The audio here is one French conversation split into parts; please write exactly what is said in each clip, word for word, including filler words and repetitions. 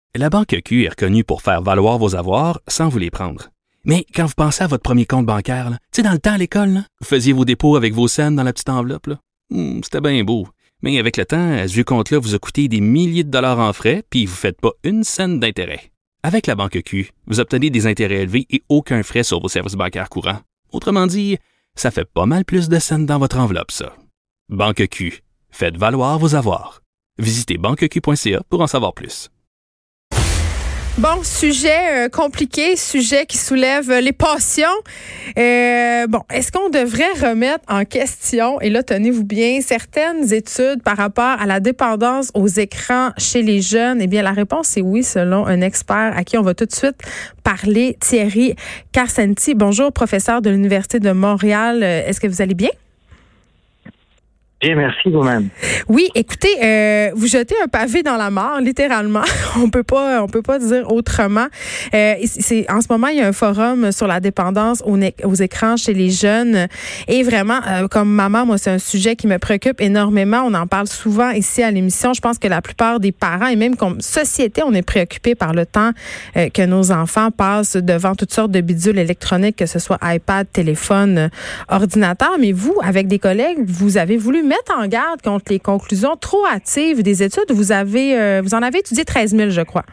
La Banque Q est reconnue pour faire valoir vos avoirs sans vous les prendre. Mais quand vous pensez à votre premier compte bancaire, tu sais, dans le temps à l'école, là, vous faisiez vos dépôts avec vos scènes dans la petite enveloppe. Là. Hum, c'était bien beau. Mais avec le temps, ce vieux compte-là vous a coûté des milliers de dollars en frais, puis vous ne faites pas une scène d'intérêt. Avec la Banque Q, vous obtenez des intérêts élevés et aucun frais sur vos services bancaires courants. Autrement dit, ça fait pas mal plus de scènes dans votre enveloppe, ça. Banque Q. Faites valoir vos avoirs. Visitez banque q point c a pour en savoir plus. Bon, sujet euh, compliqué, sujet qui soulève les passions. Euh, bon, est-ce qu'on devrait remettre en question, et là, tenez-vous bien, certaines études par rapport à la dépendance aux écrans chez les jeunes? Eh bien, la réponse est oui, selon un expert à qui on va tout de suite parler, Thierry Karsenty. Bonjour, professeur de l'Université de Montréal. Est-ce que vous allez bien? Bien, merci vous-même. Oui, écoutez, euh, vous jetez un pavé dans la mare, littéralement. on peut pas, on peut pas dire autrement. Euh, c'est en ce moment, il y a un forum sur la dépendance aux, aux écrans chez les jeunes. Et vraiment, euh, comme maman, moi, c'est un sujet qui me préoccupe énormément. On en parle souvent ici à l'émission. Je pense que la plupart des parents et même comme société, on est préoccupé par le temps euh, que nos enfants passent devant toutes sortes de bidules électroniques, que ce soit iPad, téléphone, euh, ordinateur. Mais vous, avec des collègues, vous avez voulu mettre en garde contre les conclusions trop hâtives des études. Vous avez, euh, vous en avez étudié treize mille, je crois.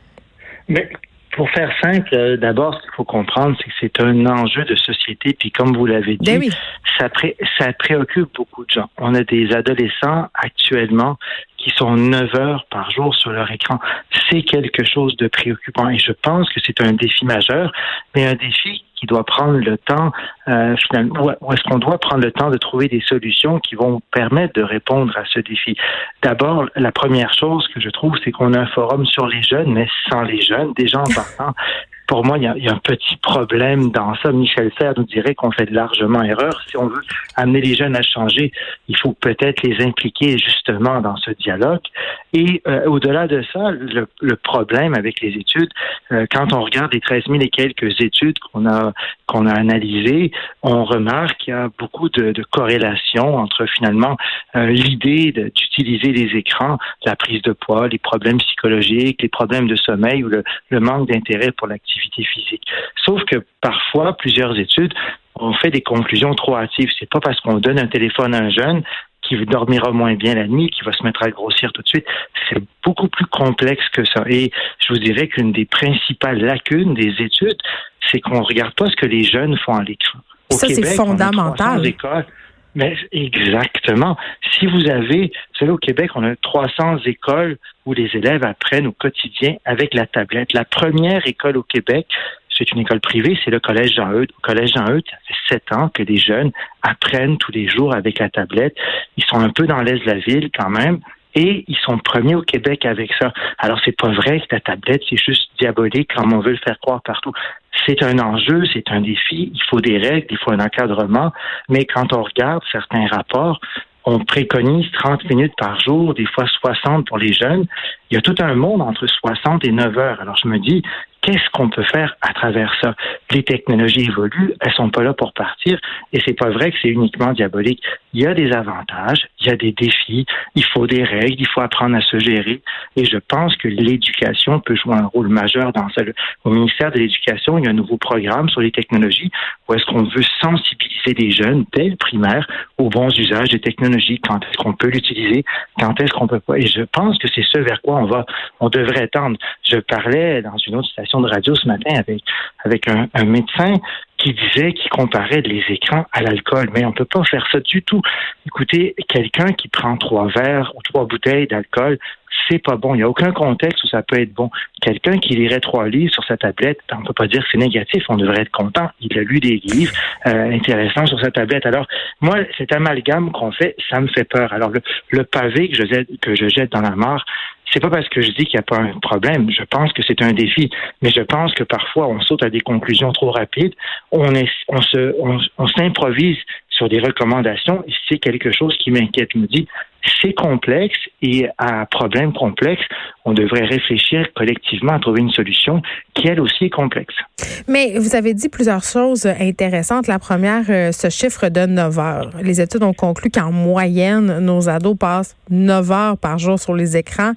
Mais pour faire simple, euh, d'abord, ce qu'il faut comprendre, c'est que c'est un enjeu de société. Puis comme vous l'avez dit, ben oui. ça, pré- ça préoccupe beaucoup de gens. On a des adolescents actuellement qui sont neuf heures par jour sur leur écran. C'est quelque chose de préoccupant et je pense que c'est un défi majeur, mais un défi qui doit prendre le temps, euh, finalement, ou est-ce qu'on doit prendre le temps de trouver des solutions qui vont permettre de répondre à ce défi? D'abord, la première chose que je trouve, c'est qu'on a un forum sur les jeunes, mais sans les jeunes, déjà en partant. Pour moi, il y, a, il y a un petit problème dans ça. Michel Serres nous dirait qu'on fait largement erreur. Si on veut amener les jeunes à changer, il faut peut-être les impliquer justement dans ce dialogue. Et euh, au-delà de ça, le, le problème avec les études, euh, quand on regarde les treize mille et quelques études qu'on a qu'on a analysées, on remarque qu'il y a beaucoup de, de corrélations entre finalement euh, l'idée de, d'utiliser les écrans, la prise de poids, les problèmes psychologiques, les problèmes de sommeil ou le, le manque d'intérêt pour l'activité physique. Sauf que parfois, plusieurs études ont fait des conclusions trop hâtives. C'est pas parce qu'on donne un téléphone à un jeune qui dormira moins bien la nuit, qui va se mettre à grossir tout de suite. C'est beaucoup plus complexe que ça. Et je vous dirais qu'une des principales lacunes des études, c'est qu'on ne regarde pas ce que les jeunes font à l'écran. Au ça, Québec, c'est fondamental. On a écoles. Mais exactement. Si vous avez, vous savez, au Québec, on a trois cents écoles où les élèves apprennent au quotidien avec la tablette. La première école au Québec, c'est une école privée, c'est le Collège Jean-Eudes. Au Collège Jean-Eudes, ça fait sept ans que les jeunes apprennent tous les jours avec la tablette. Ils sont un peu dans l'est de la ville quand même. Et ils sont premiers au Québec avec ça. Alors, c'est pas vrai que la tablette, c'est juste diabolique comme on veut le faire croire partout. C'est un enjeu, c'est un défi. Il faut des règles, il faut un encadrement. Mais quand on regarde certains rapports, on préconise trente minutes par jour, des fois soixante pour les jeunes. Il y a tout un monde entre soixante et neuf heures. Alors, je me dis, qu'est-ce qu'on peut faire à travers ça? Les technologies évoluent, elles sont pas là pour partir, et c'est pas vrai que c'est uniquement diabolique. Il y a des avantages, il y a des défis, il faut des règles, il faut apprendre à se gérer, et je pense que l'éducation peut jouer un rôle majeur dans ça. Au ministère de l'Éducation, il y a un nouveau programme sur les technologies où est-ce qu'on veut sensibiliser les jeunes dès le primaire aux bons usages des technologies, quand est-ce qu'on peut l'utiliser, quand est-ce qu'on peut pas. Et je pense que c'est ce vers quoi on va, on devrait tendre. Je parlais dans une autre station de radio ce matin avec avec un, un médecin qui disait, qui comparait les écrans à l'alcool. Mais on peut pas faire ça du tout. Écoutez, quelqu'un qui prend trois verres ou trois bouteilles d'alcool, c'est pas bon. Il n'y a aucun contexte où ça peut être bon. Quelqu'un qui lirait trois livres sur sa tablette, on ne peut pas dire que c'est négatif, on devrait être content. Il a lu des livres euh, intéressants sur sa tablette. Alors, moi, cet amalgame qu'on fait, ça me fait peur. Alors, le, le pavé que je jette, que je jette dans la mare, c'est pas parce que je dis qu'il n'y a pas un problème. Je pense que c'est un défi. Mais je pense que parfois, on saute à des conclusions trop rapides. On, est, on, se, on, on s'improvise sur des recommandations et c'est quelque chose qui m'inquiète. Je me dis, c'est complexe et à problème complexe, on devrait réfléchir collectivement à trouver une solution qui, elle aussi, est complexe. Mais vous avez dit plusieurs choses intéressantes. La première, euh, ce chiffre de neuf heures. Les études ont conclu qu'en moyenne, nos ados passent neuf heures par jour sur les écrans.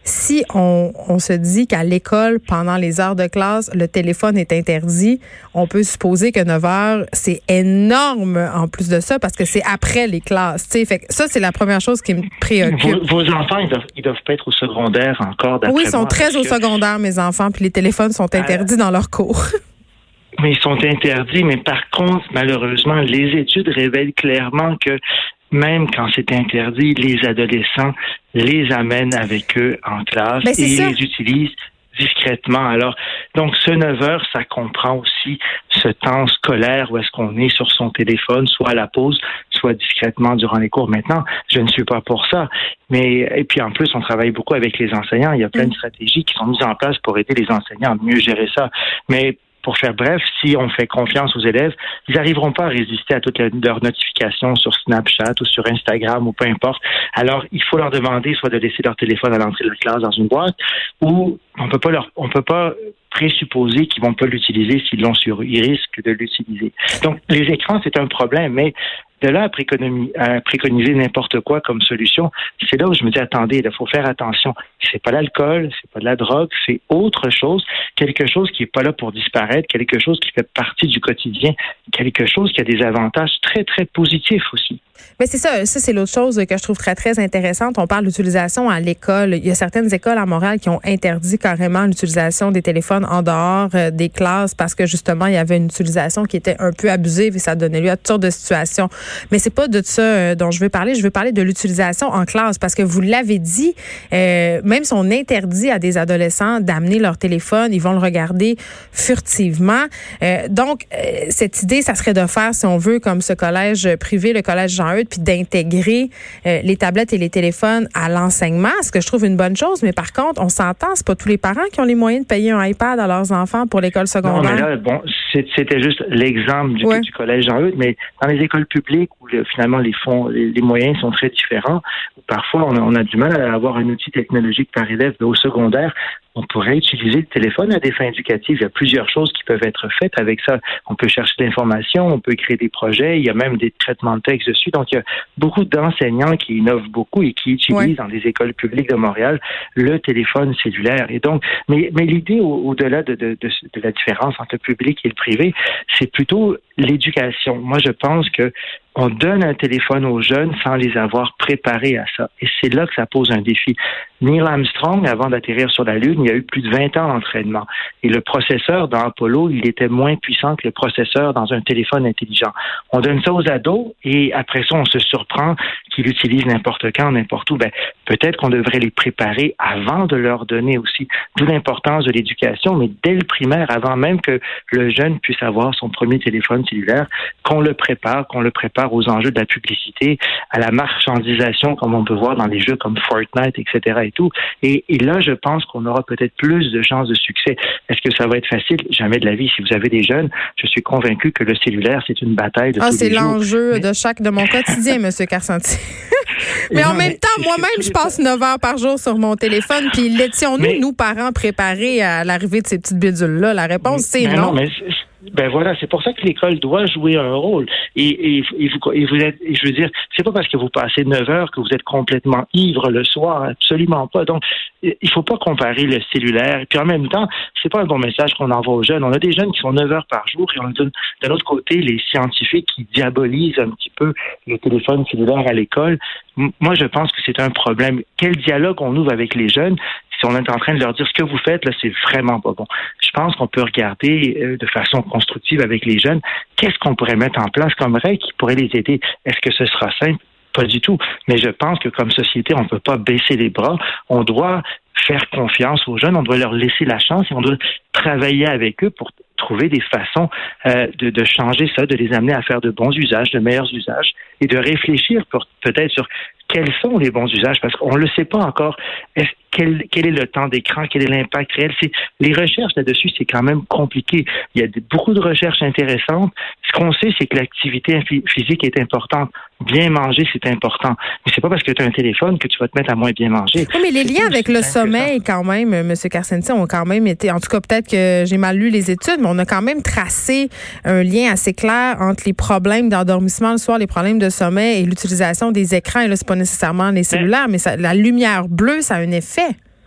si on, on se dit qu'à l'école, pendant les heures de classe, le téléphone est interdit, on peut supposer que neuf heures, c'est énorme en plus de ça parce que c'est après les classes. T'sais. Fait que ça, c'est la première chose qui me préoccupe. Vos, vos enfants, ils doivent, ils doivent pas être au secondaire encore. Oui, ils sont moi, très au que... secondaire, mes enfants, puis les téléphones sont interdits euh... dans leurs cours. Mais ils sont interdits. Mais par contre, malheureusement, les études révèlent clairement que même quand c'est interdit, les adolescents les amènent avec eux en classe ben, et ça. les utilisent discrètement. Alors, donc, ce neuf heures, ça comprend aussi ce temps scolaire où est-ce qu'on est sur son téléphone, soit à la pause, soit discrètement durant les cours. Maintenant, je ne suis pas pour ça. Mais, et puis en plus, on travaille beaucoup avec les enseignants. Il y a plein de stratégies qui sont mises en place pour aider les enseignants à mieux gérer ça. Mais pour faire bref, si on fait confiance aux élèves, ils n'arriveront pas à résister à toutes leurs notifications sur Snapchat ou sur Instagram ou peu importe. Alors, il faut leur demander soit de laisser leur téléphone à l'entrée de la classe dans une boîte, ou on peut pas leur, on peut pas présupposer qu'ils vont pas l'utiliser s'ils l'ont sur eux. Ils risquent de l'utiliser. Donc, les écrans, c'est un problème, mais de là à, préconiser, à préconiser n'importe quoi comme solution, c'est là où je me dis, attendez, il faut faire attention. C'est pas l'alcool, c'est pas de la drogue, c'est autre chose, quelque chose qui est pas là pour disparaître, quelque chose qui fait partie du quotidien, quelque chose qui a des avantages très, très positifs aussi. Mais c'est ça, ça c'est l'autre chose que je trouve très, très intéressante. On parle d'utilisation à l'école. Il y a certaines écoles à Montréal qui ont interdit carrément l'utilisation des téléphones en dehors euh, des classes parce que justement, il y avait une utilisation qui était un peu abusive et ça donnait lieu à toutes sortes de situations. Mais c'est pas de ça euh, dont je veux parler. Je veux parler de l'utilisation en classe parce que vous l'avez dit, euh, même si on interdit à des adolescents d'amener leur téléphone, ils vont le regarder furtivement. Euh, donc, euh, cette idée, ça serait de faire, si on veut, comme ce collège privé, le collège Jean-Eudes, puis d'intégrer euh, les tablettes et les téléphones à l'enseignement, ce que je trouve une bonne chose. Mais par contre, on s'entend, c'est pas tous les parents qui ont les moyens de payer un iPad à leurs enfants pour l'école secondaire. Non, mais là, bon, c'était juste l'exemple du, ouais. du collège Jean-Eudes, mais dans les écoles publiques où le, finalement les fonds, les, les moyens sont très différents, parfois on a, on a du mal à avoir un outil technologique par élève. Mais au secondaire, on pourrait utiliser le téléphone à des fins éducatives. Il y a plusieurs choses qui peuvent être faites avec ça. On peut chercher de l'information, on peut créer des projets, il y a même des traitements de texte dessus. Donc, il y a beaucoup d'enseignants qui innovent beaucoup et qui utilisent ouais. dans les écoles publiques de Montréal le téléphone cellulaire. Et donc, mais, mais l'idée au, au-delà de, de, de, de la différence entre le public et le privé, c'est plutôt l'éducation. Moi, je pense que on donne un téléphone aux jeunes sans les avoir préparés à ça. Et c'est là que ça pose un défi. Neil Armstrong, avant d'atterrir sur la Lune, il y a eu plus de vingt ans d'entraînement. Et le processeur dans Apollo, il était moins puissant que le processeur dans un téléphone intelligent. On donne ça aux ados et après ça, on se surprend qu'ils l'utilisent n'importe quand, n'importe où. Ben, peut-être qu'on devrait les préparer avant de leur donner aussi. D'où l'importance de l'éducation, mais dès le primaire, avant même que le jeune puisse avoir son premier téléphone cellulaire, qu'on le prépare, qu'on le prépare aux enjeux de la publicité, à la marchandisation, comme on peut voir dans les jeux comme Fortnite, et cetera et tout. Et, et là, je pense qu'on aura peut-être plus de chances de succès. Est-ce que ça va être facile? Jamais de la vie. Si vous avez des jeunes, je suis convaincu que le cellulaire, c'est une bataille de ah, tous les jours. Ah, c'est l'enjeu Mais... de chaque, de mon quotidien, M. Carcenti. Mais non, en même mais temps, moi-même, je passe neuf heures par jour sur mon téléphone. Puis l'étions-nous, mais... nous, parents, préparés à l'arrivée de ces petites bidules-là? La réponse, c'est non. non mais Ben voilà, c'est pour ça que l'école doit jouer un rôle. Et, et, et, vous, et vous êtes, et je veux dire, c'est pas parce que vous passez neuf heures que vous êtes complètement ivre le soir, absolument pas. Donc, il faut pas comparer le cellulaire. Et puis en même temps, c'est pas un bon message qu'on envoie aux jeunes. On a des jeunes qui sont neuf heures par jour et on a d'un autre côté les scientifiques qui diabolisent un petit peu le téléphone cellulaire à l'école. Moi, je pense que c'est un problème. Quel dialogue on ouvre avec les jeunes si on est en train de leur dire ce que vous faites, là, c'est vraiment pas bon. Je pense qu'on peut regarder euh, de façon constructive avec les jeunes, qu'est-ce qu'on pourrait mettre en place comme règle qui pourrait les aider. Est-ce que ce sera simple? Pas du tout. Mais je pense que comme société, on ne peut pas baisser les bras. On doit faire confiance aux jeunes, on doit leur laisser la chance et on doit travailler avec eux pour trouver des façons euh, de, de changer ça, de les amener à faire de bons usages, de meilleurs usages et de réfléchir pour, peut-être sur quels sont les bons usages, parce qu'on ne le sait pas encore. Est-ce, quel, quel est le temps d'écran? Quel est l'impact réel? C'est, les recherches là-dessus, c'est quand même compliqué. Il y a des, beaucoup de recherches intéressantes. Ce qu'on sait, c'est que l'activité physique est importante. Bien manger, c'est important. Mais c'est pas parce que tu as un téléphone que tu vas te mettre à moins bien manger. Oui, mais les liens avec le sommeil, quand même, M. Carcenti, ont quand même été, en tout cas, peut-être que j'ai mal lu les études, mais on a quand même tracé un lien assez clair entre les problèmes d'endormissement le soir, les problèmes de sommeil et l'utilisation des écrans. Et là, c'est pas nécessairement les cellulaires, mais ça, la lumière bleue, ça a un effet.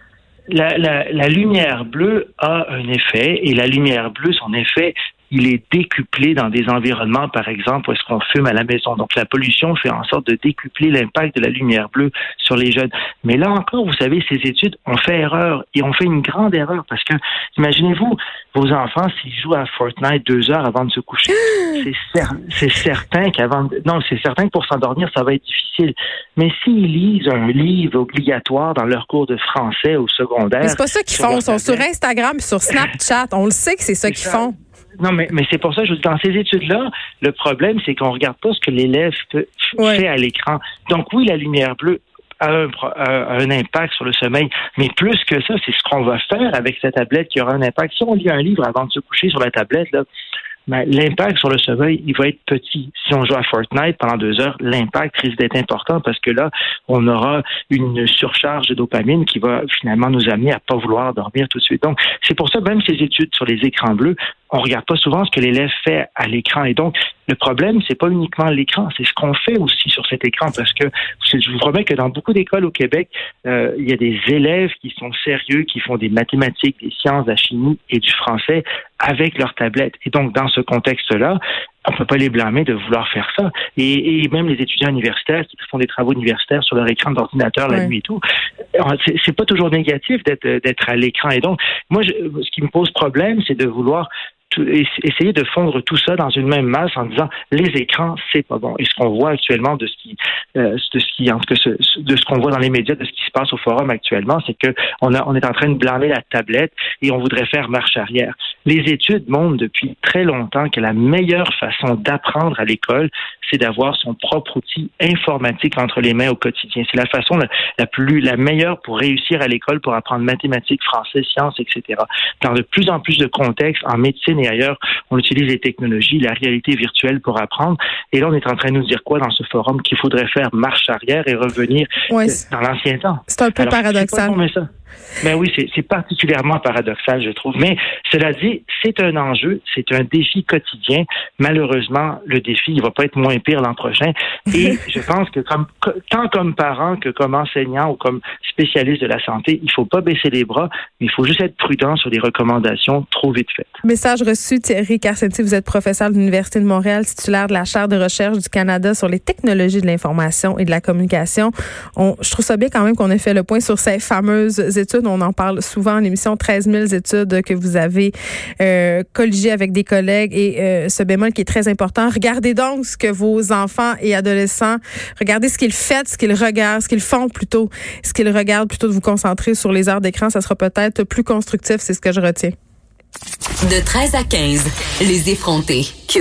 La, la, la lumière bleue a un effet, et la lumière bleue, son effet, il est décuplé dans des environnements, par exemple, où est-ce qu'on fume à la maison. Donc, la pollution fait en sorte de décupler l'impact de la lumière bleue sur les jeunes. Mais là encore, vous savez, ces études ont fait erreur, et ont fait une grande erreur, parce que, imaginez-vous, vos enfants, s'ils jouent à Fortnite deux heures avant de se coucher, c'est, cer- c'est certain qu'avant, de... non, c'est certain que pour s'endormir, ça va être difficile. Mais s'ils lisent un livre obligatoire dans leur cours de français au secondaire... Mais c'est pas ça qu'ils font, ils sont sur Instagram et sur Snapchat. On le sait que c'est ça qu'ils font. Non, mais, mais c'est pour ça que je vous dis, dans ces études-là, le problème, c'est qu'on regarde pas ce que l'élève fait, ouais. fait à l'écran. Donc oui, la lumière bleue a un, a un impact sur le sommeil, mais plus que ça, c'est ce qu'on va faire avec cette tablette qui aura un impact. Si on lit un livre avant de se coucher sur la tablette, là, ben, l'impact sur le sommeil, il va être petit. Si on joue à Fortnite pendant deux heures, l'impact risque d'être important parce que là, on aura une surcharge de dopamine qui va finalement nous amener à pas vouloir dormir tout de suite. Donc, c'est pour ça, même ces études sur les écrans bleus, on regarde pas souvent ce que l'élève fait à l'écran. Et donc, le problème, c'est pas uniquement l'écran, c'est ce qu'on fait aussi sur cet écran. Parce que je vous promets que dans beaucoup d'écoles au Québec, euh, il y a des élèves qui sont sérieux, qui font des mathématiques, des sciences, de la chimie et du français avec leur tablette. Et donc, dans ce contexte-là, on peut pas les blâmer de vouloir faire ça. Et, et même les étudiants universitaires qui font des travaux universitaires sur leur écran d'ordinateur la ouais. nuit et tout, c'est, c'est pas toujours négatif d'être, d'être à l'écran. Et donc, moi, je, ce qui me pose problème, c'est de vouloir Tout, essayer de fondre tout ça dans une même masse en disant les écrans c'est pas bon. Et ce qu'on voit actuellement de ce qui euh, de ce qui en tout cas ce, de ce qu'on voit dans les médias, de ce qui se passe au forum actuellement, c'est que on a on est en train de blâmer la tablette et on voudrait faire marche arrière. Les études montrent depuis très longtemps que la meilleure façon d'apprendre à l'école, c'est d'avoir son propre outil informatique entre les mains au quotidien. C'est la façon la, la plus la meilleure pour réussir à l'école, pour apprendre mathématiques, français, sciences, et cetera. Dans de plus en plus de contextes, en médecine et ailleurs, on utilise les technologies, la réalité virtuelle pour apprendre. Et là, on est en train de nous dire quoi dans ce forum? Qu'il faudrait faire marche arrière et revenir ouais, dans l'ancien temps. C'est un peu Alors, paradoxal. C'est Ben oui, c'est, c'est particulièrement paradoxal, je trouve. Mais cela dit, c'est un enjeu, c'est un défi quotidien. Malheureusement, le défi, il va pas être moins pire l'an prochain. Et je pense que comme tant comme parent que comme enseignant ou comme spécialiste de la santé, il faut pas baisser les bras, mais il faut juste être prudent sur les recommandations trop vite faites. Message reçu, Thierry Karsenty, vous êtes professeur de l'Université de Montréal, titulaire de la Chaire de recherche du Canada sur les technologies de l'information et de la communication. On, je trouve ça bien quand même qu'on ait fait le point sur ces fameuses études. On en parle souvent en émission, treize mille études que vous avez euh, colligées avec des collègues et euh, ce bémol qui est très important. Regardez donc ce que vos enfants et adolescents, regardez ce qu'ils font, ce qu'ils regardent, ce qu'ils font plutôt, ce qu'ils regardent plutôt de vous concentrer sur les heures d'écran. Ça sera peut-être plus constructif, c'est ce que je retiens. De treize à quinze, les effrontés.